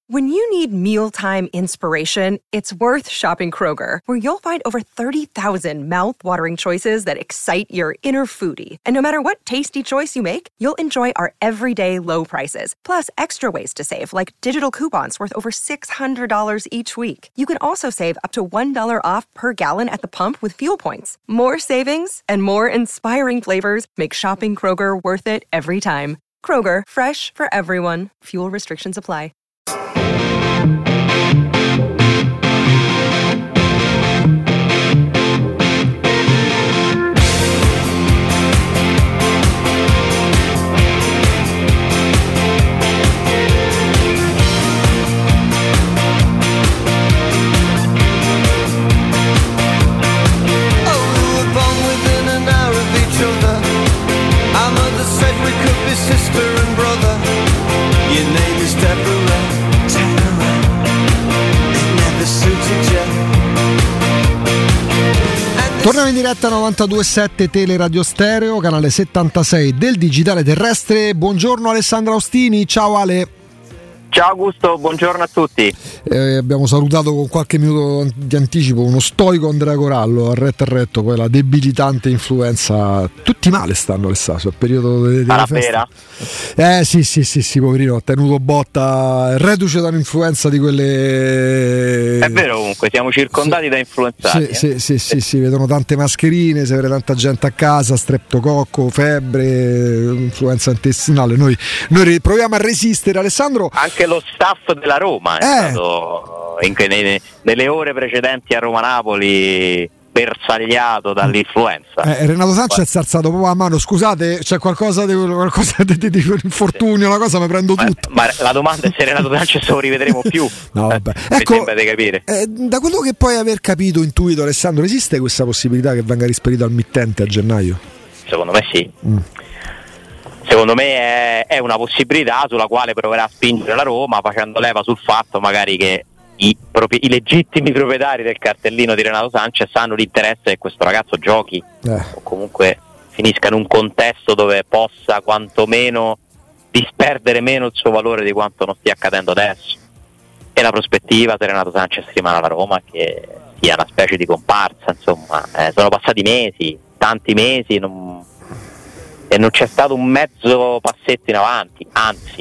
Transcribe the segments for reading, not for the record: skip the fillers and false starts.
When you need mealtime inspiration, it's worth shopping Kroger, where you'll find over 30,000 mouth-watering choices that excite your inner foodie. And no matter what tasty choice you make, you'll enjoy our everyday low prices, plus extra ways to save, like digital coupons worth over $600 each week. You can also save up to $1 off per gallon at the pump with fuel points. More savings and more inspiring flavors make shopping Kroger worth it every time. Kroger, fresh for everyone. Fuel restrictions apply. Sister and brother, your name is Deborah, it never suited you. Torniamo in diretta 92.7 Teleradio Stereo, canale 76 del digitale terrestre. Buongiorno Alessandro Austini, ciao Ale. Ciao Augusto, buongiorno a tutti. Abbiamo salutato con qualche minuto di anticipo uno stoico Andrea Corallo a retto, poi la debilitante influenza. Tutti male stanno Alessandro, il periodo delle feste. Sì, poverino, ha tenuto botta, reduce da un'influenza di quelle. È vero, comunque siamo circondati da influenzati. Sì, vedono tante mascherine, si vede tanta gente a casa, streptococco, febbre, influenza intestinale. Noi proviamo a resistere, Alessandro. Anche lo staff della Roma è stato nelle ore precedenti a Roma-Napoli bersagliato dall'influenza. Renato Sanchez ha alzato proprio la mano, scusate, c'è qualcosa di infortunio, una cosa mi prendo tutto. Ma la domanda è se Renato Sanchez lo rivedremo più. No, vabbè. Mi sembra di capire. Da quello che puoi aver capito, intuito, Alessandro, esiste questa possibilità che venga rispedito al mittente a gennaio? Secondo me sì. Secondo me è una possibilità sulla quale proverà a spingere la Roma, facendo leva sul fatto magari che i legittimi proprietari del cartellino di Renato Sanchez hanno l'interesse che questo ragazzo giochi o comunque finisca in un contesto dove possa quantomeno disperdere meno il suo valore di quanto non stia accadendo adesso. E la prospettiva, se Renato Sanchez rimane alla Roma, che sia una specie di comparsa, insomma. Sono passati mesi, tanti mesi, e non c'è stato un mezzo passetto in avanti, anzi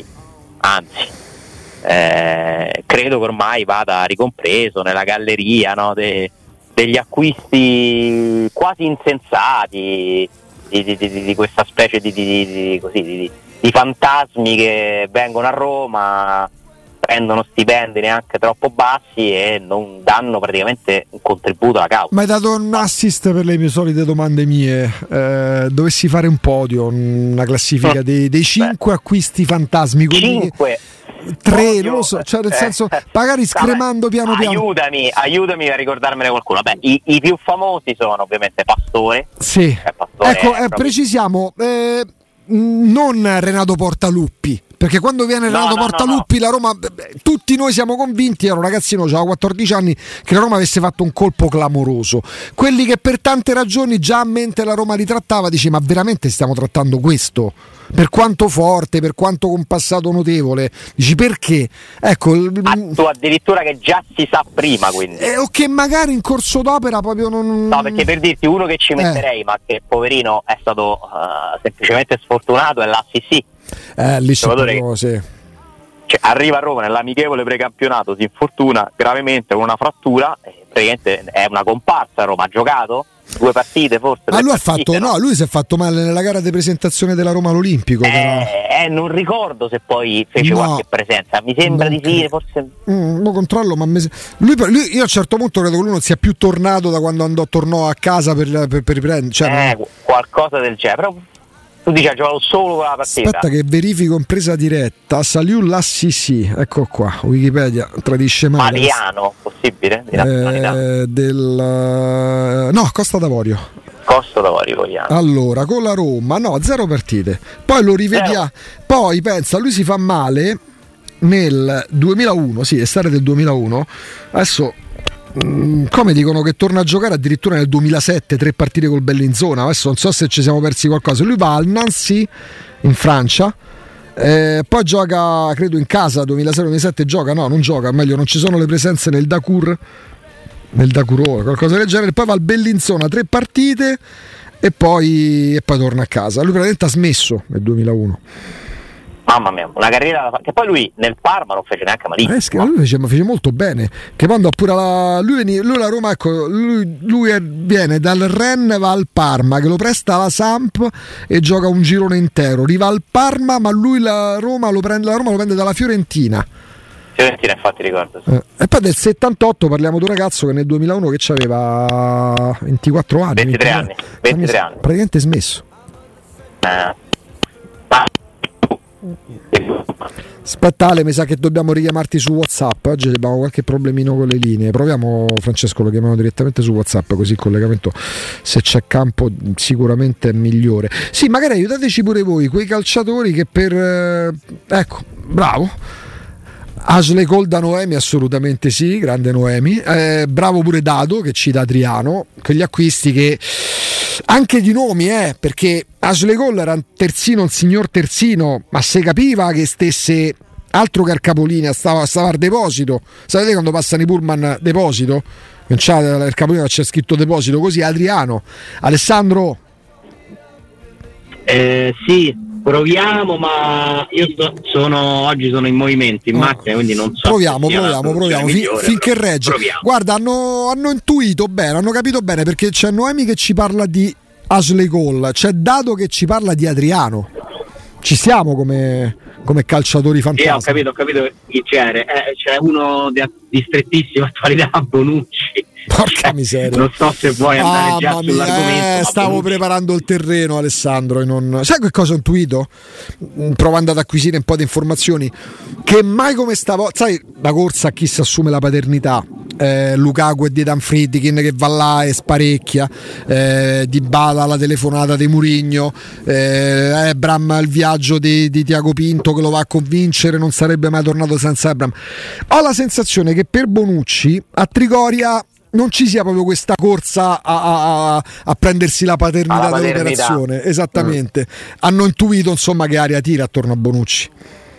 credo che ormai vada ricompreso nella galleria, no, degli acquisti quasi insensati di questa specie di fantasmi che vengono a Roma, prendono stipendi neanche troppo bassi e non danno praticamente un contributo alla causa. Ma hai dato un assist per le mie solite domande mie. Dovessi fare un podio, una classifica dei 5 acquisti fantasmi. 5? 3, non lo so, cioè nel senso, magari scremando piano. Aiutami a ricordarmene qualcuno. Beh, i più famosi sono ovviamente Pastore. Sì. Pastore precisiamo, non Renato Portaluppi, perché quando viene Renato Portaluppi la Roma, tutti noi siamo convinti, ero ragazzino, avevo 14 anni, che la Roma avesse fatto un colpo clamoroso. Quelli che per tante ragioni già a mente la Roma ritrattava, dici ma veramente stiamo trattando questo? Per quanto forte, per quanto con passato notevole, dici perché? Ecco, tu addirittura che già si sa prima, quindi o che magari in corso d'opera proprio non. No, perché per dirti uno che ci metterei, ma che poverino è stato semplicemente sfortunato, è l'Assisi. Lì c'è proprio, sì. Cioè, arriva a Roma nell'amichevole precampionato, si infortuna gravemente con una frattura, praticamente è una comparsa. Roma ha giocato 2 partite forse. Lui si è fatto male nella gara di presentazione della Roma all'Olimpico. Non ricordo se poi fece qualche presenza, mi sembra di sì, forse. Lo controllo, ma lui io a un certo punto credo che lui non sia più tornato da quando tornò a casa per riprendere. Cioè, qualcosa del genere. Però tu dici ha giocato solo quella partita. Aspetta che verifico in presa diretta. Saliù l'Assisi, ecco qua, Wikipedia tradisce male. Mariano, possibile? Di nazionalità? No, Costa d'Avorio. Costa d'Avorio vogliamo. Allora, con la Roma, 0 partite. Poi lo rivediamo. Poi pensa, lui si fa male nel 2001, sì, estate del 2001. Adesso come dicono che torna a giocare addirittura nel 2007, 3 partite col Bellinzona. Adesso non so se ci siamo persi qualcosa. Lui va al Nancy in Francia Poi gioca, credo, in casa 2006-2007 gioca, no, non gioca, meglio, non ci sono le presenze nel Dakur, qualcosa del genere. Poi va al Bellinzona 3 partite e poi torna a casa. Lui praticamente ha smesso nel 2001. Mamma mia, una carriera che poi lui nel Parma non fece neanche malissimo. Lui fece molto bene. Che quando pure lui la Roma, ecco, lui viene dal Rennes, va al Parma, che lo presta alla Samp e gioca un girone intero. Riva al Parma, ma lui la Roma lo prende dalla Fiorentina. Fiorentina, infatti, ricordo. Sì. E poi del 78 parliamo di un ragazzo che nel 2001 che aveva 24 anni. 23 anni. Praticamente smesso. Aspetta Ale, mi sa che dobbiamo richiamarti su WhatsApp. Oggi abbiamo qualche problemino con le linee. Proviamo, Francesco, lo chiamiamo direttamente su WhatsApp, così il collegamento, se c'è campo, sicuramente è migliore. Sì, magari aiutateci pure voi, quei calciatori che ecco, bravo Ashley Cole da Noemi, assolutamente sì, grande Noemi. Bravo pure Dado che cita Adriano, quegli acquisti che anche di nomi, perché Ashley Cole era un terzino, un signor terzino, ma se capiva che stesse altro che al capolinea, stava al deposito. Sapete quando passano i pullman deposito? Non c'è il capolinea, c'è scritto deposito, così. Adriano, Alessandro? Sì, proviamo, ma io oggi sono in movimento in macchina, quindi non so. Proviamo finché regge. Proviamo. Guarda, hanno intuito bene, hanno capito bene, perché c'è Noemi che ci parla di Ashley Cole, c'è Dado che ci parla di Adriano. Ci siamo come calciatori fantastici. Ho capito chi c'è. C'è uno di strettissima attualità, Bonucci. Porca miseria. Non so se vuoi andare già sull'argomento. Stavo preparando il terreno, Alessandro, sai che cosa ho intuito? Provando ad acquisire un po' di informazioni, che mai come stavo, sai, la corsa a chi si assume la paternità, Lukaku e Dedan Friedkin che va là e sparecchia, Dybala la telefonata di Mourinho, Ebram il viaggio di Tiago Pinto che lo va a convincere, non sarebbe mai tornato senza Ebram. Ho la sensazione che per Bonucci a Trigoria non ci sia proprio questa corsa a prendersi la paternità dell'operazione. Esattamente. Hanno intuito, insomma, che aria tira attorno a Bonucci.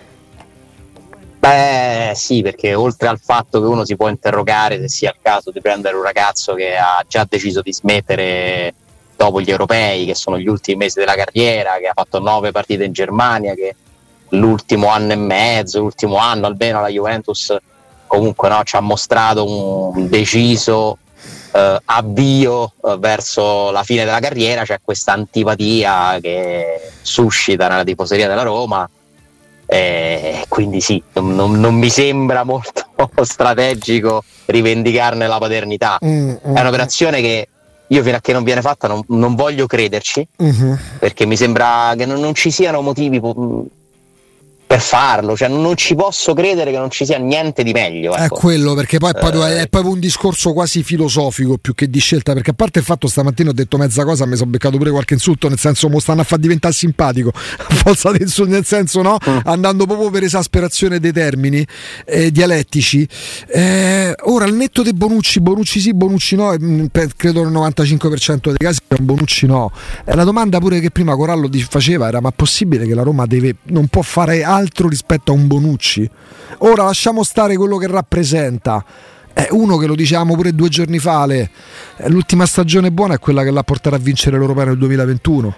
Beh sì, perché oltre al fatto che uno si può interrogare se sia il caso di prendere un ragazzo che ha già deciso di smettere dopo gli europei, che sono gli ultimi mesi della carriera, che ha fatto 9 partite in Germania, che l'ultimo anno e mezzo, l'ultimo anno almeno alla Juventus comunque ci ha mostrato un deciso avvio verso la fine della carriera. C'è questa antipatia che suscita nella tifoseria della Roma, quindi sì, non mi sembra molto strategico rivendicarne la paternità. È un'operazione che io fino a che non viene fatta non voglio crederci, perché mi sembra che non ci siano motivi per farlo, cioè non ci posso credere che non ci sia niente di meglio, ecco. È quello, perché poi è proprio un discorso quasi filosofico più che di scelta, perché a parte il fatto, stamattina ho detto mezza cosa, mi sono beccato pure qualche insulto, nel senso mo stanno a far diventare simpatico a forza di insulto, nel senso andando proprio per esasperazione dei termini dialettici. Ora al netto dei Bonucci sì, Bonucci no, credo nel 95% dei casi è un Bonucci no. La domanda pure che prima Corallo faceva era: ma è possibile che la Roma non può fare altro rispetto a un Bonucci? Ora lasciamo stare quello che rappresenta, uno che lo dicevamo pure 2 giorni fa, l'ultima stagione buona è quella che l'ha portato a vincere l'Europeo nel 2021.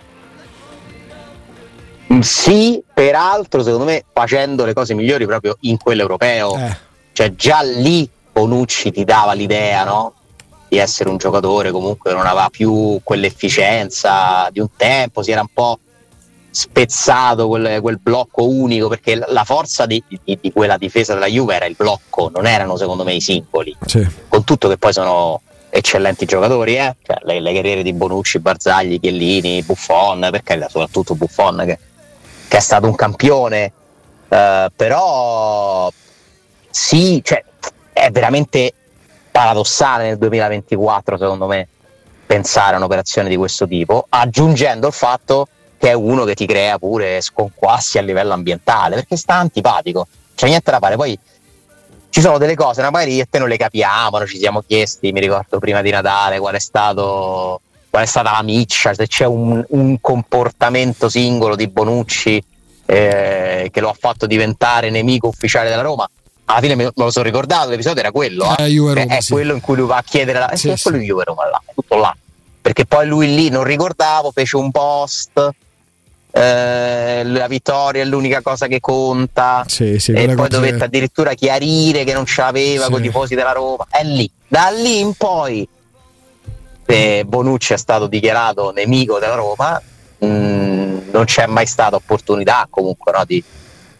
Sì, peraltro secondo me facendo le cose migliori proprio in quell'Europeo, cioè già lì Bonucci ti dava l'idea, no? Di essere un giocatore comunque non aveva più quell'efficienza di un tempo, si era un po' spezzato quel blocco unico, perché la forza di quella difesa della Juve era il blocco, non erano secondo me i singoli, sì. Con tutto che poi sono eccellenti giocatori, cioè, le carriere di Bonucci, Barzagli, Chiellini, Buffon, per carità, soprattutto Buffon che è stato un campione, però sì, cioè, è veramente paradossale nel 2024 secondo me pensare a un'operazione di questo tipo, aggiungendo il fatto che è uno che ti crea pure sconquassi a livello ambientale, perché sta antipatico, c'è niente da fare. Poi ci sono delle cose, magari io e te non le capiamo, non ci siamo chiesti, mi ricordo prima di Natale qual è stata la miccia, se c'è un comportamento singolo di Bonucci che lo ha fatto diventare nemico ufficiale della Roma. Alla fine me lo sono ricordato, l'episodio era quello, Roma, è sì. quello in cui lui va a chiedere sì, quello di Juve Roma là, è tutto là, perché poi lui lì, non ricordavo, fece un post, la vittoria è l'unica cosa che conta, e poi dovette addirittura chiarire che non ce l'aveva con i tifosi della Roma. È lì, da lì in poi Bonucci è stato dichiarato nemico della Roma, non c'è mai stata opportunità comunque, no, di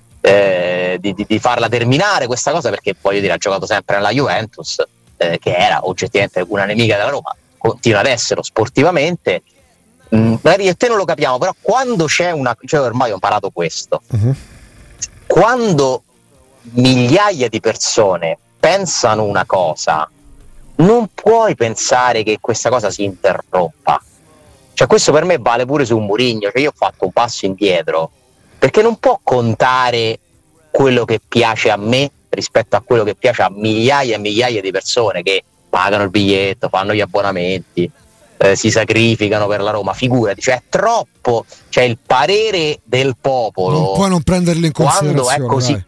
farla terminare questa cosa, perché voglio dire, ha giocato sempre nella Juventus, che era oggettivamente una nemica della Roma, continua ad esserlo sportivamente. Magari io e te non lo capiamo, però quando c'è ormai ho imparato questo, quando migliaia di persone pensano una cosa, non puoi pensare che questa cosa si interrompa. Cioè, questo per me vale pure su un Mourinho, cioè io ho fatto un passo indietro, perché non può contare quello che piace a me rispetto a quello che piace a migliaia e migliaia di persone che pagano il biglietto, fanno gli abbonamenti, si sacrificano per la Roma. Figurati, cioè è troppo, cioè il parere del popolo non puoi non prenderlo in considerazione quando è così.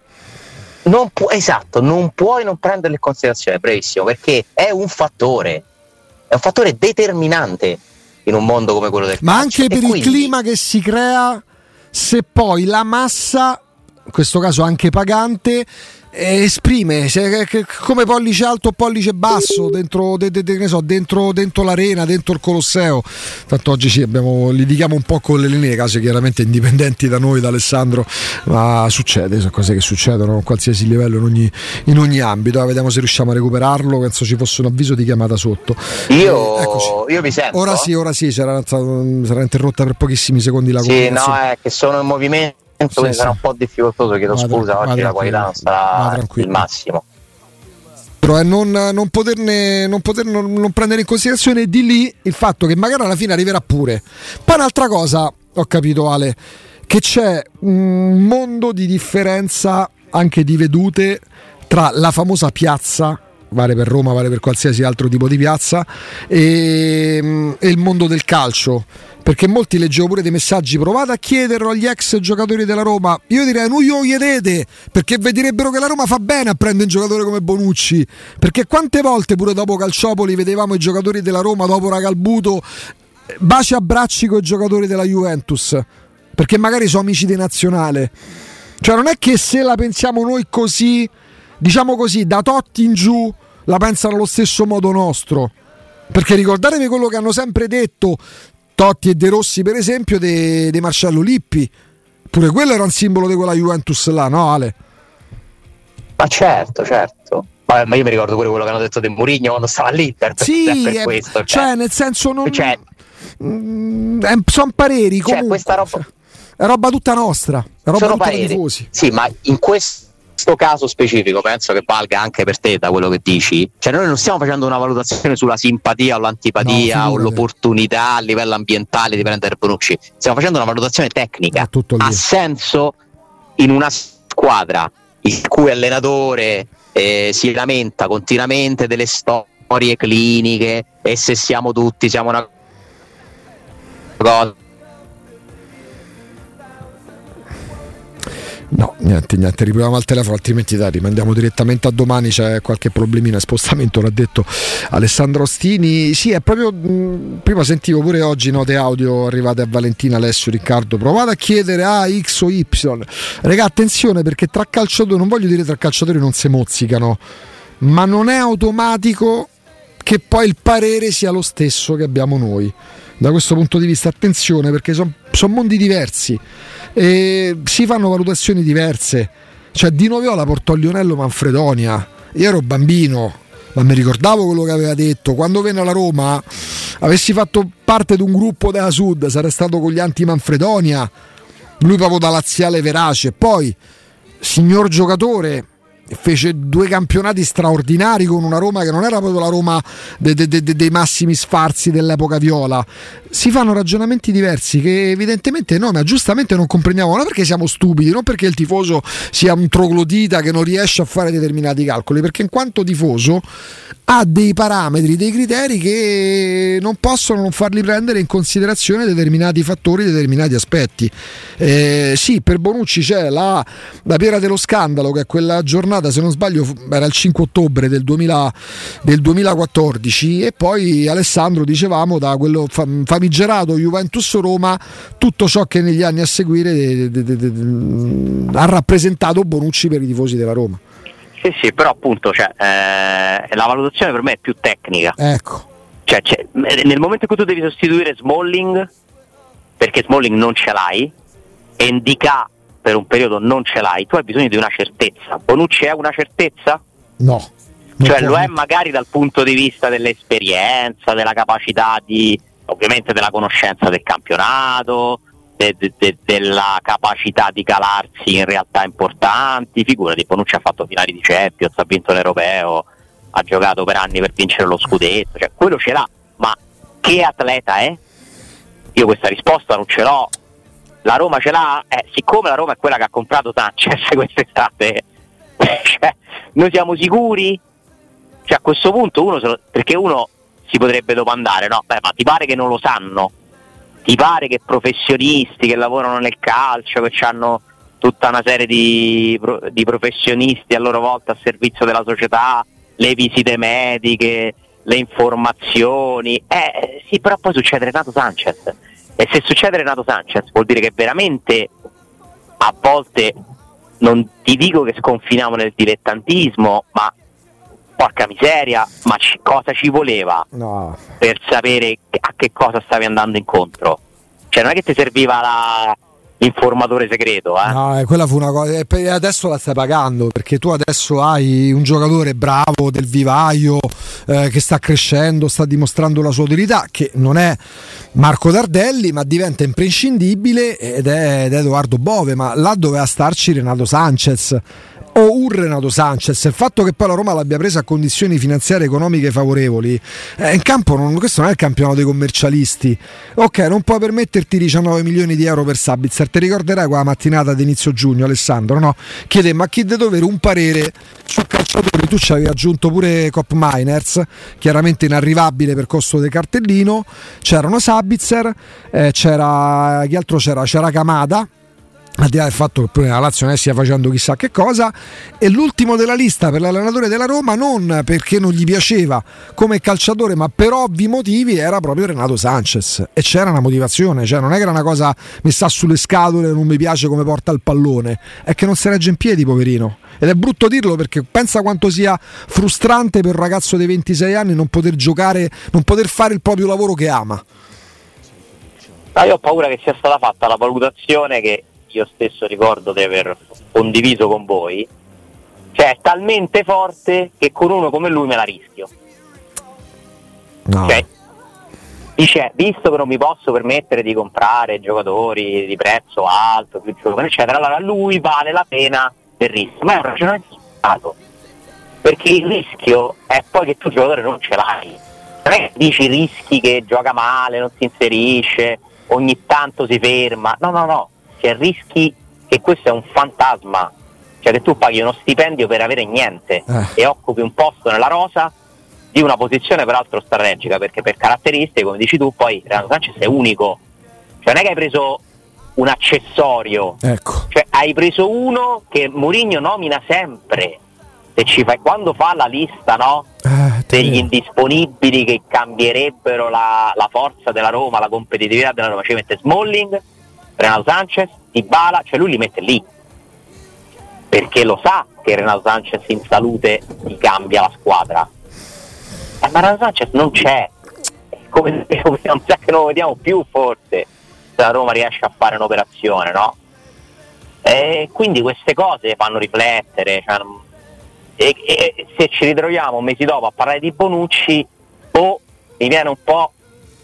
Non puoi non prenderlo in considerazione, bravissimo, perché è un fattore determinante in un mondo come quello del calcio. Ma anche per il clima che si crea, se poi la massa, in questo caso anche pagante, esprime come pollice alto o pollice basso dentro l'arena, dentro il Colosseo. Tanto oggi litighiamo un po' con le linee, case chiaramente indipendenti da noi, da Alessandro, ma succede, sono cose che succedono a qualsiasi livello, in ogni ambito. Vediamo se riusciamo a recuperarlo. Penso ci fosse un avviso di chiamata sotto. Io mi sento. Ora sì, sarà interrotta per pochissimi secondi la comunicazione. Sì, no, è che sono in movimento. Quindi sarà un po' difficoltoso, chiedo scusa, oggi la qualità non sarà il massimo. Però non prendere in considerazione di lì il fatto che magari alla fine arriverà pure. Poi un'altra cosa, ho capito, Ale, che c'è un mondo di differenza anche di vedute tra la famosa piazza, vale per Roma, vale per qualsiasi altro tipo di piazza, e il mondo del calcio. Perché molti, leggevo pure dei messaggi, provate a chiederlo agli ex giocatori della Roma. Io direi non glielo chiedete, perché vedirebbero che la Roma fa bene a prendere un giocatore come Bonucci, perché quante volte pure dopo Calciopoli vedevamo i giocatori della Roma, dopo Ragalbuto, baci a bracci con i giocatori della Juventus, perché magari sono amici di nazionale. Cioè non è che se la pensiamo noi così, diciamo così, da Totti in giù la pensano allo stesso modo nostro, perché ricordatevi quello che hanno sempre detto Totti e De Rossi, per esempio, di Marcello Lippi. Pure quello era un simbolo di quella Juventus là, no, Ale? Ma certo. Ma io mi ricordo pure quello che hanno detto di Mourinho quando stava all'Inter. Sì, per questo, cioè nel senso non... sono pareri, comunque. Questa roba... È roba tutta nostra, è roba sono tutta pareri. dei tifosi. Sì, ma in questo caso specifico penso che valga anche per te, da quello che dici. Cioè noi non stiamo facendo una valutazione sulla simpatia o l'antipatia o l'opportunità a livello ambientale di prendere Bonucci, stiamo facendo una valutazione tecnica. Ha senso in una squadra il cui allenatore si lamenta continuamente delle storie cliniche e se siamo una cosa. No, niente, riproviamo al telefono, altrimenti rimandiamo direttamente a domani, c'è qualche problemino, spostamento, l'ha detto Alessandro Ostini. Sì, è proprio, prima sentivo pure oggi note audio arrivate a Valentina, Alessio, Riccardo, provate a chiedere a X o Y. Raga, attenzione, perché tra calciatori, non voglio dire tra calciatori non si mozzicano, ma non è automatico che poi il parere sia lo stesso che abbiamo noi. Da questo punto di vista attenzione, perché sono mondi diversi e si fanno valutazioni diverse. Cioè Dino Viola portò Lionello Manfredonia, io ero bambino ma mi ricordavo quello che aveva detto. Quando venne alla Roma, avessi fatto parte di un gruppo della Sud, sarei stato con gli anti-Manfredonia, lui proprio da laziale verace. Poi signor giocatore, fece 2 campionati straordinari con una Roma che non era proprio la Roma dei massimi sfarzi dell'epoca viola. Si fanno ragionamenti diversi che evidentemente noi, ma giustamente non comprendiamo, non perché siamo stupidi, non perché il tifoso sia un troglodita che non riesce a fare determinati calcoli, perché in quanto tifoso ha dei parametri, dei criteri che non possono non farli prendere in considerazione determinati fattori, determinati aspetti. Sì, per Bonucci c'è la pietra dello scandalo, che è quella giornata, se non sbaglio era il 5 ottobre del 2014, e poi Alessandro, dicevamo, da quello famigerato Juventus-Roma, tutto ciò che negli anni a seguire ha rappresentato Bonucci per i tifosi della Roma. Sì, però appunto la valutazione per me è più tecnica. Ecco. Cioè, nel momento in cui tu devi sostituire Smalling, perché Smalling non ce l'hai, e Ndicà per un periodo non ce l'hai, tu hai bisogno di una certezza. Bonucci è una certezza? No. Cioè lo è magari dal punto di vista dell'esperienza, della capacità ovviamente della conoscenza del campionato, della capacità di calarsi in realtà importanti. Figurati, Bonucci ha fatto finali di Champions, ha vinto l'Europeo, ha giocato per anni per vincere lo scudetto, cioè quello ce l'ha, ma che atleta è? Io questa risposta non ce l'ho. La Roma ce l'ha? Siccome la Roma è quella che ha comprato Sanchez quest'estate, cioè, noi siamo sicuri? Cioè, a questo punto perché uno si potrebbe domandare, no? Ma ti pare che non lo sanno? Ti pare che professionisti che lavorano nel calcio, che hanno tutta una serie di professionisti a loro volta a servizio della società, le visite mediche, le informazioni, sì, però poi succede Renato Sanchez, e se succede Renato Sanchez vuol dire che veramente a volte, non ti dico che sconfiniamo nel dilettantismo, ma porca miseria, ma cosa ci voleva per sapere a che cosa stavi andando incontro? Cioè non è che ti serviva l'informatore segreto, No, quella fu una cosa, e adesso la stai pagando, perché tu adesso hai un giocatore bravo, del vivaio, che sta crescendo, sta dimostrando la sua utilità, che non è Marco Tardelli, ma diventa imprescindibile, ed è Edoardo Bove, ma là doveva starci Renato Sanchez, o un Renato Sanchez. Il fatto che poi la Roma l'abbia presa a condizioni finanziarie economiche favorevoli, in campo questo non è il campionato dei commercialisti. Ok, non puoi permetterti 19 milioni di euro per Sabitzer. Ti ricorderai quella mattinata di inizio giugno, Alessandro, no? Chiede, ma chi deve avere un parere su calciatori? Tu ci avevi aggiunto pure Cop Miners, chiaramente inarrivabile per costo del cartellino. C'erano Sabitzer, c'era chi altro c'era Kamada, al di là del fatto che poi la Lazio non stia facendo chissà che cosa, e l'ultimo della lista per l'allenatore della Roma, non perché non gli piaceva come calciatore, ma per ovvi motivi, era proprio Renato Sanchez, e c'era una motivazione, cioè non è che era una cosa messa sulle scatole, non mi piace come porta il pallone, è che non si regge in piedi, poverino. Ed è brutto dirlo, perché pensa quanto sia frustrante per un ragazzo dei 26 anni non poter giocare, non poter fare il proprio lavoro che ama. Io ho paura che sia stata fatta la valutazione che io stesso ricordo di aver condiviso con voi, cioè è talmente forte che con uno come lui me la rischio. No. Cioè, dice, visto che non mi posso permettere di comprare giocatori di prezzo alto, più giovani, eccetera, allora a lui vale la pena del rischio. Ma è un ragionamento sbagliato, perché il rischio è poi che tu il giocatore non ce l'hai. Non è che dici rischi che gioca male, non si inserisce, ogni tanto si ferma. No. Cioè rischi che questo è un fantasma, cioè che tu paghi uno stipendio per avere niente e occupi un posto nella rosa di una posizione peraltro strategica, perché per caratteristiche, come dici tu, poi Renato Sanchez è unico, cioè non è che hai preso un accessorio, ecco. Cioè hai preso uno che Mourinho nomina sempre, se ci fai, quando fa la lista, no? Degli indisponibili che cambierebbero la forza della Roma, la competitività della Roma, ci mette Smalling, Renato Sanchez, Dybala, cioè lui li mette lì perché lo sa che Renato Sanchez in salute ti cambia la squadra, ma Renato Sanchez non c'è, come non sa che non lo vediamo più, forse se la Roma riesce a fare un'operazione, no? E quindi queste cose fanno riflettere, cioè, e se ci ritroviamo mesi dopo a parlare di Bonucci, mi viene un po',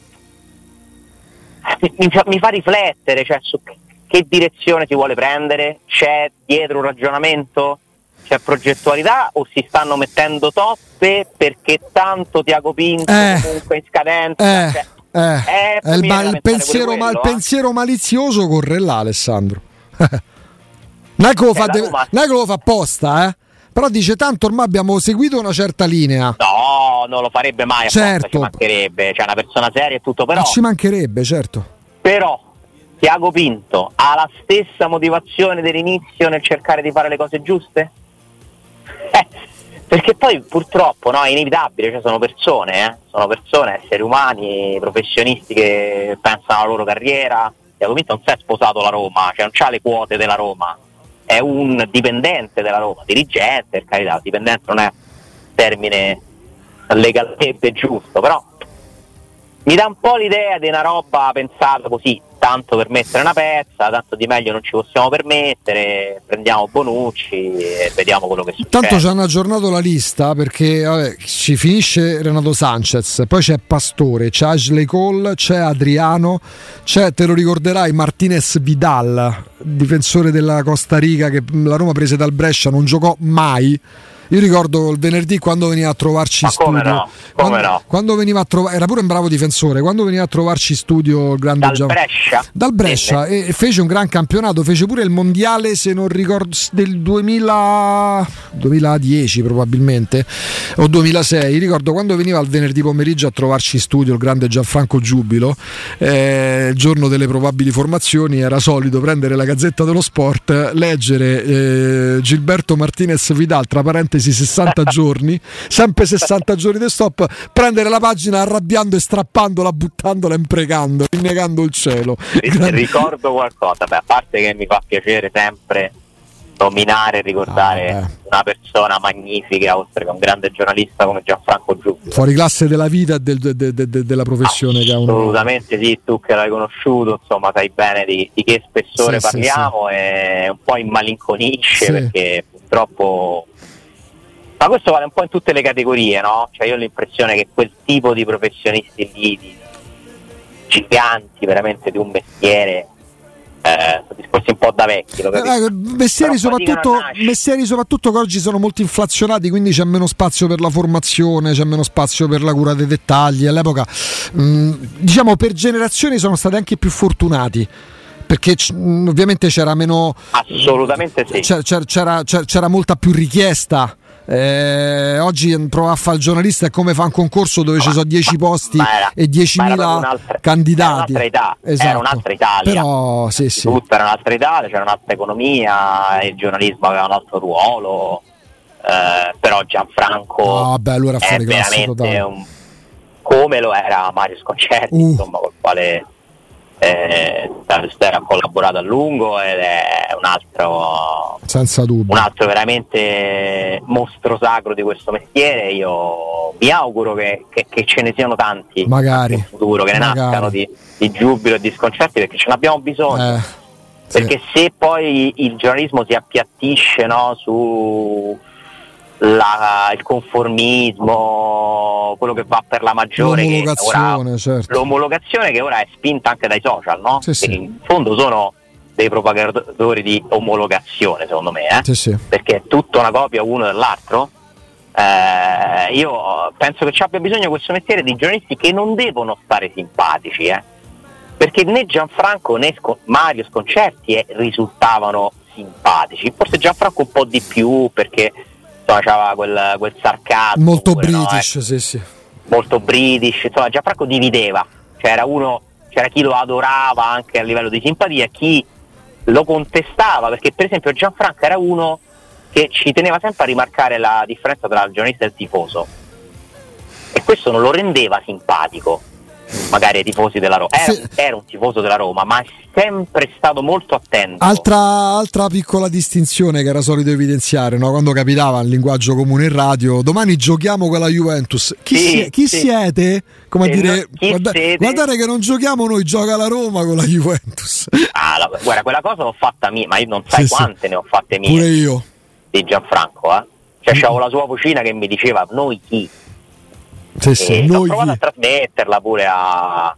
mi fa riflettere, cioè su che direzione si vuole prendere, c'è dietro un ragionamento, c'è progettualità o si stanno mettendo toppe perché tanto Tiago Pinto comunque in scadenza? Il pensiero malizioso corre là, Alessandro. Non è che lo fa apposta, però dice tanto ormai abbiamo seguito una certa linea. No, non lo farebbe mai, certo. Ci mancherebbe, c'è una persona seria e tutto, però ci mancherebbe, certo. Però Tiago Pinto ha la stessa motivazione dell'inizio nel cercare di fare le cose giuste? Perché poi purtroppo è inevitabile, cioè sono persone, esseri umani, professionisti che pensano alla loro carriera. Tiago Pinto non si è sposato la Roma, cioè non c'ha le quote della Roma, è un dipendente della Roma, dirigente, per carità, dipendente non è termine legalmente giusto, però mi dà un po' l'idea di una roba pensata così, tanto per mettere una pezza, tanto di meglio non ci possiamo permettere, prendiamo Bonucci e vediamo quello che succede. Tanto ci hanno aggiornato la lista perché ci finisce Renato Sanchez, poi c'è Pastore, c'è Ashley Cole, c'è Adriano, c'è, te lo ricorderai, Martinez Vidal, difensore della Costa Rica che la Roma prese dal Brescia, non giocò mai. Io ricordo il venerdì quando veniva a trovarci in studio. Quando veniva a trovare, era pure un bravo difensore. Quando veniva a trovarci in studio il grande dal Brescia e fece un gran campionato, fece pure il mondiale, se non ricordo, del 2010 probabilmente o 2006. Ricordo quando veniva il venerdì pomeriggio a trovarci in studio il grande Gianfranco Giubilo, il giorno delle probabili formazioni era solito prendere la Gazzetta dello Sport, leggere Gilberto Martinez Vidal tra parentesi 60 giorni, sempre 60 giorni di stop, prendere la pagina arrabbiando e strappandola, buttandola e imprecando, rinnegando il cielo. Ricordo qualcosa, a parte che mi fa piacere sempre nominare e ricordare una persona magnifica, oltre che un grande giornalista come Gianfranco Giubilo. Fuori classe della vita e della professione che ha uno. Assolutamente sì, tu che l'hai conosciuto, insomma, sai bene di che spessore parliamo, e un po' immalinconisce perché purtroppo. Ma questo vale un po' in tutte le categorie, no? Cioè io ho l'impressione che quel tipo di professionisti lì, di giganti veramente di un mestiere, sono discorsi un po' da vecchi, mestieri soprattutto che oggi sono molto inflazionati, quindi c'è meno spazio per la formazione, c'è meno spazio per la cura dei dettagli. All'epoca diciamo per generazioni sono stati anche più fortunati, perché ovviamente c'era meno, assolutamente sì, c'era molta più richiesta. Oggi provare a fare il giornalista è come fare un concorso dove ci sono 10 posti e 10.000 candidati. Era un'altra Italia, però sì. Tutta era un'altra Italia, c'era un'altra economia, il giornalismo aveva un altro ruolo, però Gianfranco è veramente come lo era Mario Sconcerti, insomma, col quale ha collaborato a lungo ed è un altro, senza dubbio, un altro veramente mostro sacro di questo mestiere. Io mi auguro che ce ne siano tanti magari in futuro, che ne nascano di Giubilo e di Sconcerti, perché ce n'abbiamo bisogno, perché se poi il giornalismo si appiattisce, no, su il conformismo, quello che va per la maggiore, l'omologazione che ora è spinta anche dai social, no? Che in fondo sono dei propagatori di omologazione, secondo me, perché è tutta una copia uno dell'altro. Io penso che ci abbia bisogno questo mestiere di giornalisti che non devono stare simpatici, perché né Gianfranco né Mario Sconcerti risultavano simpatici, forse Gianfranco un po' di più, perché c'aveva quel sarcasmo molto pure, british, molto british, insomma Gianfranco divideva, c'era chi lo adorava anche a livello di simpatia e chi lo contestava, perché per esempio Gianfranco era uno che ci teneva sempre a rimarcare la differenza tra il giornalista e il tifoso, e questo non lo rendeva simpatico magari ai tifosi della Roma. Era un tifoso della Roma, ma è sempre stato molto attento. Altra piccola distinzione che era solito evidenziare, no? Quando capitava il linguaggio comune in radio: domani giochiamo con la Juventus. Chi siete? Come a dire, guardate che non giochiamo noi, gioca la Roma con la Juventus. Guarda, quella cosa l'ho fatta mia, ma io non sai quante ne ho fatte mie. Pure io. Di Gianfranco, Cioè c'avevo la sua vocina che mi diceva noi chi? Ho provato a trasmetterla pure a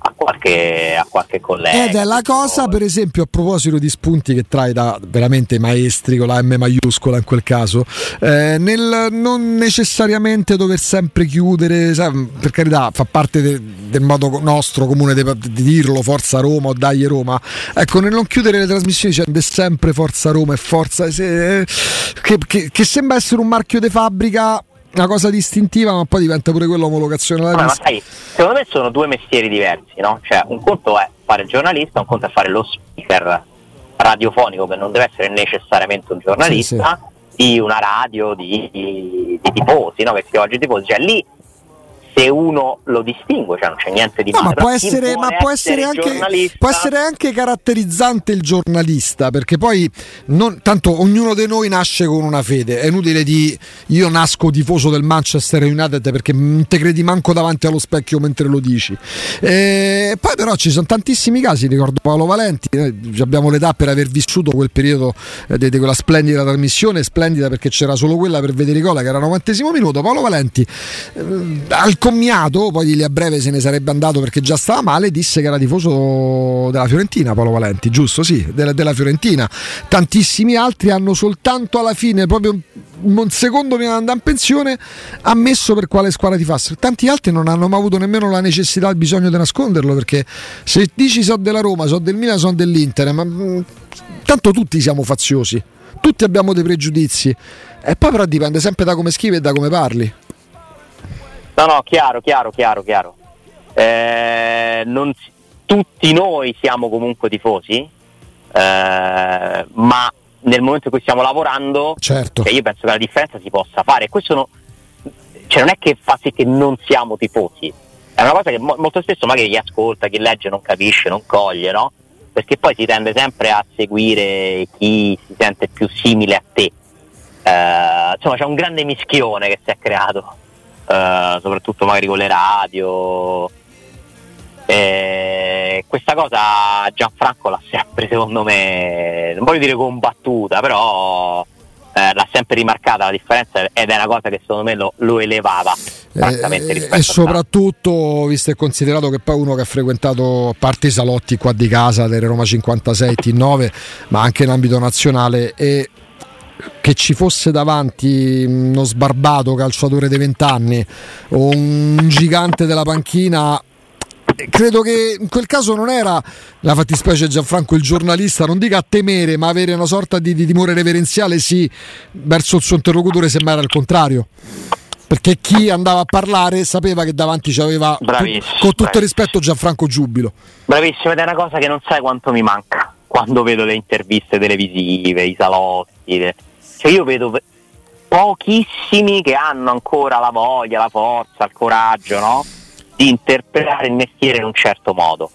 a qualche collega. Ed è la cosa, per esempio, a proposito di spunti che trai da veramente maestri con la M maiuscola in quel caso, nel non necessariamente dover sempre chiudere, per carità, fa parte del modo nostro comune di dirlo, Forza Roma o Dai Roma, ecco, nel non chiudere le trasmissioni c'è sempre Forza Roma e Forza che sembra essere un marchio di fabbrica, una cosa distintiva, ma poi diventa pure quello omologazione alla ma sai, secondo me sono due mestieri diversi, no? Cioè, un conto è fare il giornalista, un conto è fare lo speaker radiofonico, che non deve essere necessariamente un giornalista, di una radio di tifosi, no? Che si oggi tifosi, cioè lì se uno lo distingue, cioè non c'è niente di male. Ma può essere anche caratterizzante il giornalista, perché poi tanto ognuno di noi nasce con una fede. È inutile io nasco tifoso del Manchester United perché non te credi manco davanti allo specchio mentre lo dici. Poi però ci sono tantissimi casi, ricordo Paolo Valenti, abbiamo l'età per aver vissuto quel periodo di quella splendida trasmissione, splendida perché c'era solo quella per vedere i gol, che era 90° minuto. Paolo Valenti al commiato, poi lì a breve se ne sarebbe andato perché già stava male, disse che era tifoso della Fiorentina. Paolo Valenti, giusto? Sì, della Fiorentina. Tantissimi altri hanno soltanto alla fine, proprio un secondo prima di andare in pensione, ammesso per quale squadra tifassero. Tanti altri non hanno mai avuto nemmeno la necessità, il bisogno di nasconderlo, perché se dici so della Roma, so del Milan, so dell'Inter, ma tanto tutti siamo faziosi, tutti abbiamo dei pregiudizi, e poi però dipende sempre da come scrivi e da come parli. No, chiaro. Tutti noi siamo comunque tifosi, ma nel momento in cui stiamo lavorando, certo, io penso che la differenza si possa fare. E questo non è che fa sì che non siamo tifosi, è una cosa che molto spesso magari chi ascolta, chi legge non capisce, non coglie, no? Perché poi si tende sempre a seguire chi si sente più simile a te. Insomma, c'è un grande mischione che si è creato. Soprattutto magari con le radio, questa cosa Gianfranco l'ha sempre, secondo me, non voglio dire combattuta, però l'ha sempre rimarcata la differenza, ed è una cosa che secondo me lo elevava francamente rispetto e soprattutto visto e considerato che poi uno che ha frequentato, a parte i salotti qua di casa delle Roma 56 T9, ma anche in ambito nazionale, e che ci fosse davanti uno sbarbato calciatore dei 20 anni o un gigante della panchina, credo che in quel caso non era la fattispecie Gianfranco il giornalista, non dica a temere, ma avere una sorta di timore reverenziale verso il suo interlocutore, semmai era il contrario, perché chi andava a parlare sapeva che davanti c'aveva, con tutto il rispetto, Gianfranco Giubilo. Bravissimo, ed è una cosa che non sai quanto mi manca quando vedo le interviste televisive, i salotti, cioè io vedo pochissimi che hanno ancora la voglia, la forza, il coraggio, no? Di interpretare il mestiere in un certo modo.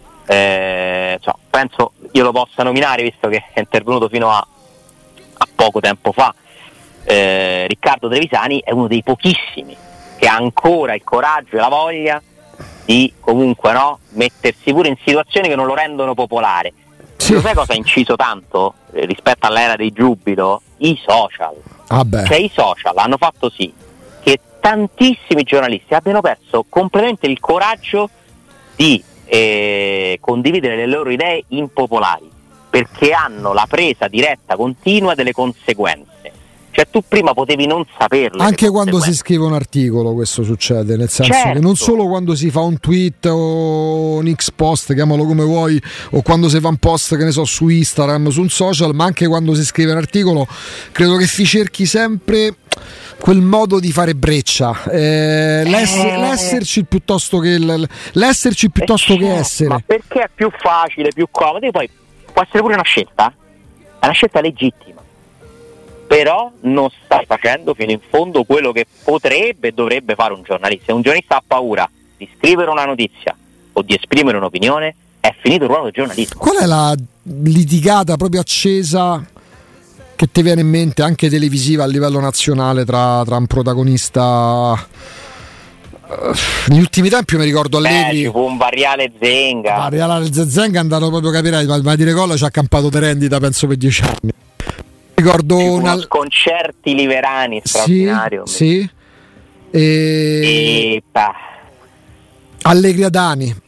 Penso io lo possa nominare, visto che è intervenuto fino a poco tempo fa. Riccardo Trevisani è uno dei pochissimi che ha ancora il coraggio e la voglia di comunque, no, mettersi pure in situazioni che non lo rendono popolare. Lo sai cosa ha inciso tanto rispetto all'era dei Giubilo? I social. Cioè i social hanno fatto sì che tantissimi giornalisti abbiano perso completamente il coraggio di condividere le loro idee impopolari, perché hanno la presa diretta continua delle conseguenze. Cioè tu prima potevi non saperlo. Anche quando si scrive un articolo questo succede, nel senso che non solo quando si fa un tweet o un X-post, chiamalo come vuoi, o quando si fa un post, che ne so, su Instagram, su un social, ma anche quando si scrive un articolo, credo che si cerchi sempre quel modo di fare breccia, l'esserci piuttosto che essere. Ma perché è più facile, più comodo, e poi può essere pure una scelta, è una scelta legittima. Però non stai facendo fino in fondo quello che potrebbe e dovrebbe fare un giornalista. Se un giornalista ha paura di scrivere una notizia o di esprimere un'opinione, è finito il ruolo del giornalista. Qual è la litigata proprio accesa che ti viene in mente, anche televisiva a livello nazionale, tra un protagonista? Negli ultimi tempi mi ricordo Allegri, ci fu un Variale Zenga è andato proprio, capirai, ma dire gol ci ha campato di rendita penso per 10 anni. Ricordo concerti Liverani straordinario. Allegri Adani,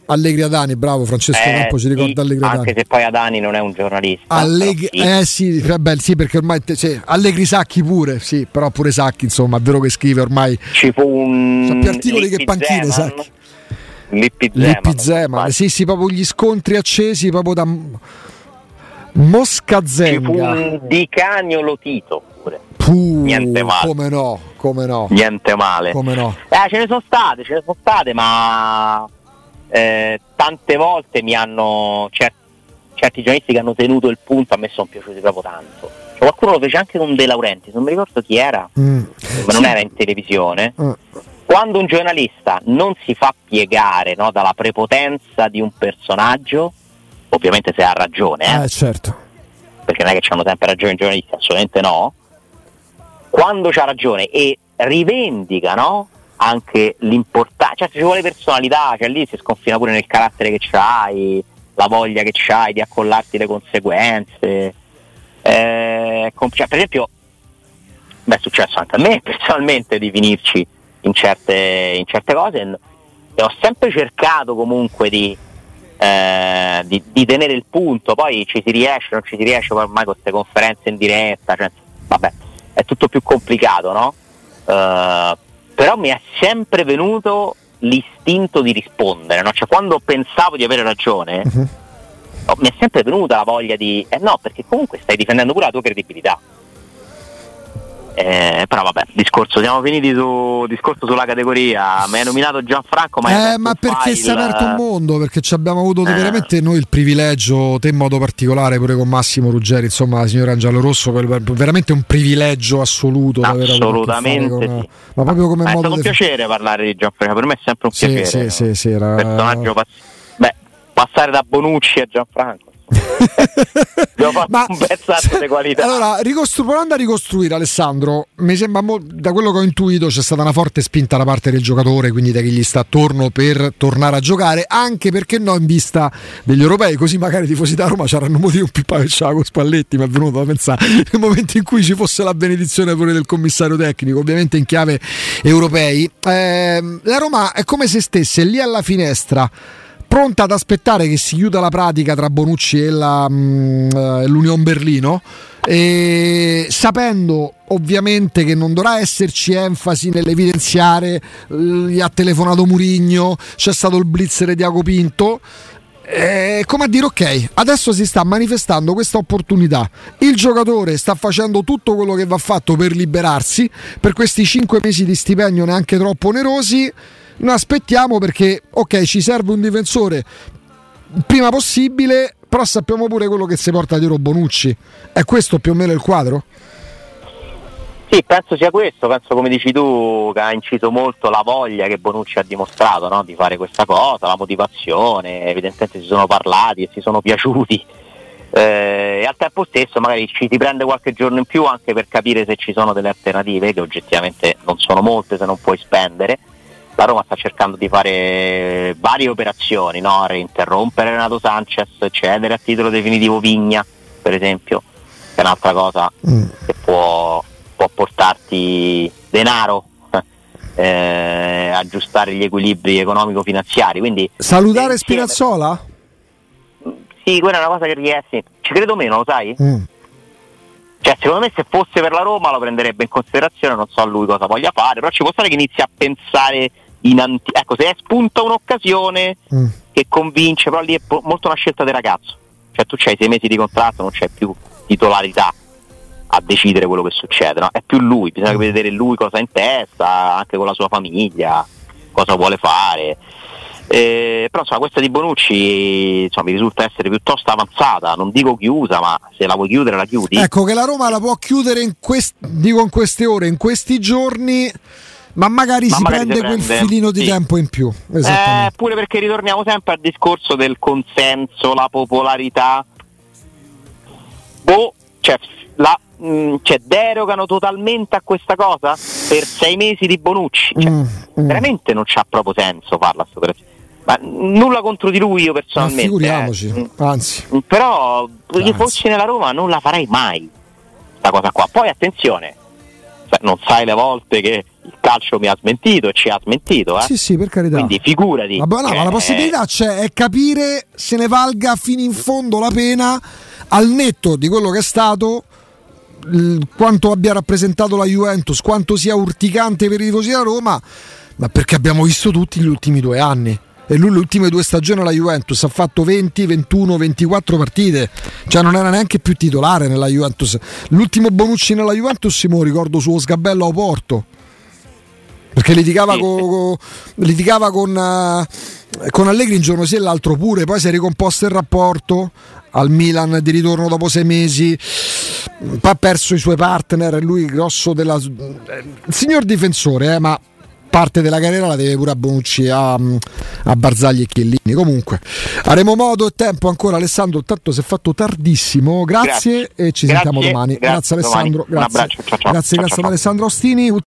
Allegri Adani, bravo Francesco Campo, ci ricorda Allegri Adani. Anche se poi Adani non è un giornalista. Sì, vabbè, sì, perché ormai Allegri Sacchi pure, sì, però pure Sacchi, insomma, è vero che scrive ormai. Ci fu un più articoli che panchine, Sacchi. Lippi Zeman, sì, proprio gli scontri accesi proprio da Mosca Zenga. Ci fu un Di Canio Lotito pure. Niente male. Come no. Niente male. Come no. Ce ne sono state, ma tante volte mi hanno certi giornalisti che hanno tenuto il punto, a me sono piaciuti proprio tanto. Qualcuno lo fece anche con De Laurentiis, non mi ricordo chi era, ma non era in televisione. Quando un giornalista non si fa piegare, no, dalla prepotenza di un personaggio, ovviamente se ha ragione, certo, perché non è che c'hanno sempre ragione i giornalisti, assolutamente no. Quando c'ha ragione e rivendica, no, anche l'importanza, cioè se ci vuole personalità, cioè lì si sconfina pure nel carattere che c'hai, la voglia che c'hai di accollarti le conseguenze. Cioè, per esempio, è successo anche a me personalmente di finirci in certe cose, e ho sempre cercato comunque di tenere il punto. Poi ci si riesce, non ci si riesce, poi ormai con queste conferenze in diretta, cioè, vabbè, è tutto più complicato, no? Però mi è sempre venuto l'istinto di rispondere, no? Cioè, quando pensavo di avere ragione, mi è sempre venuta la voglia di no, perché comunque stai difendendo pure la tua credibilità. Però vabbè, siamo finiti discorso sulla categoria. Mi hai nominato Gianfranco, ma perché si è aperto un mondo, perché ci abbiamo avuto veramente noi il privilegio, te in modo particolare, pure con Massimo Ruggeri, insomma la signora Angelo Rosso, veramente un privilegio assoluto. Assolutamente sì. Ma proprio come modo è stato un piacere parlare di Gianfranco, per me è sempre un piacere. Sì, era un personaggio passare da Bonucci a Gianfranco. Abbiamo fatto un bel salto di qualità. Allora, provando a ricostruire, Alessandro, mi sembra da quello che ho intuito c'è stata una forte spinta da parte del giocatore, quindi da chi gli sta attorno, per tornare a giocare, anche perché no, in vista degli europei, così magari i tifosi da Roma c'erano motivo più con Spalletti. Mi è venuto da pensare nel momento in cui ci fosse la benedizione pure del commissario tecnico, ovviamente in chiave europei. La Roma è come se stesse lì alla finestra, pronta ad aspettare che si chiuda la pratica tra Bonucci e l'Union Berlino, e sapendo ovviamente che non dovrà esserci enfasi nell'evidenziare gli ha telefonato Mourinho, c'è stato il blitzer di Diago Pinto, come a dire ok, adesso si sta manifestando questa opportunità, il giocatore sta facendo tutto quello che va fatto per liberarsi per questi 5 mesi di stipendio neanche troppo onerosi. Noi aspettiamo perché ok, ci serve un difensore prima possibile, però sappiamo pure quello che si porta dietro Bonucci. È questo più o meno il quadro? Sì, penso sia questo, penso come dici tu che ha inciso molto la voglia che Bonucci ha dimostrato, no? Di fare questa cosa, la motivazione, evidentemente si sono parlati e si sono piaciuti, e al tempo stesso magari ci si prende qualche giorno in più anche per capire se ci sono delle alternative, che oggettivamente non sono molte se non puoi spendere. La Roma sta cercando di fare varie operazioni, no? Reinterrompere Renato Sanchez, cedere a titolo definitivo Vigna, per esempio, che è un'altra cosa che può portarti denaro, aggiustare gli equilibri economico-finanziari. Quindi salutare Spinazzola? Sì, quella è una cosa che riesce. Ci credo meno, lo sai? Cioè, secondo me se fosse per la Roma lo prenderebbe in considerazione, non so lui cosa voglia fare, però ci può stare che inizi a pensare ecco, se spunta un'occasione che convince, però lì è molto una scelta del ragazzo. Cioè tu c'hai 6 mesi di contratto, non c'è più titolarità a decidere quello che succede, no? È più lui, bisogna vedere lui cosa ha in testa, anche con la sua famiglia, cosa vuole fare. Però insomma, questa di Bonucci, insomma, mi risulta essere piuttosto avanzata, non dico chiusa, ma se la vuoi chiudere la chiudi. Ecco che la Roma la può chiudere in queste ore, in questi giorni, ma magari si prende quel filino di tempo in più. Pure perché ritorniamo sempre al discorso del consenso, la popolarità. Cioè derogano totalmente a questa cosa per 6 mesi di Bonucci. Veramente non c'ha proprio senso farla sta operazione. Ma nulla contro di lui io personalmente. Ma figuriamoci, anzi. Però se fossi nella Roma non la farei mai sta cosa qua. Poi attenzione, non sai le volte che il calcio mi ha smentito e ci ha smentito. Sì, per carità. Quindi figurati. Ma la possibilità c'è, è capire se ne valga fino in fondo la pena, al netto di quello che è stato, quanto abbia rappresentato la Juventus, quanto sia urticante per i tifosi della Roma, ma perché abbiamo visto tutti gli ultimi 2 anni. E lui le ultime 2 stagioni alla Juventus ha fatto 20, 21, 24 partite, cioè non era neanche più titolare nella Juventus. L'ultimo Bonucci nella Juventus me lo ricordo su Sgabello a Oporto, perché litigava con Allegri un giorno sì e l'altro pure, poi si è ricomposto il rapporto al Milan di ritorno dopo 6 mesi, poi ha perso i suoi partner, lui grosso signor difensore, ma parte della carriera la deve pure a Bonucci, a Barzagli e Chiellini. Comunque avremo modo e tempo ancora, Alessandro, tanto si è fatto tardissimo, grazie e ci sentiamo domani. Grazie Alessandro, domani. Un abbraccio, ciao. Grazie Alessandro Ostini.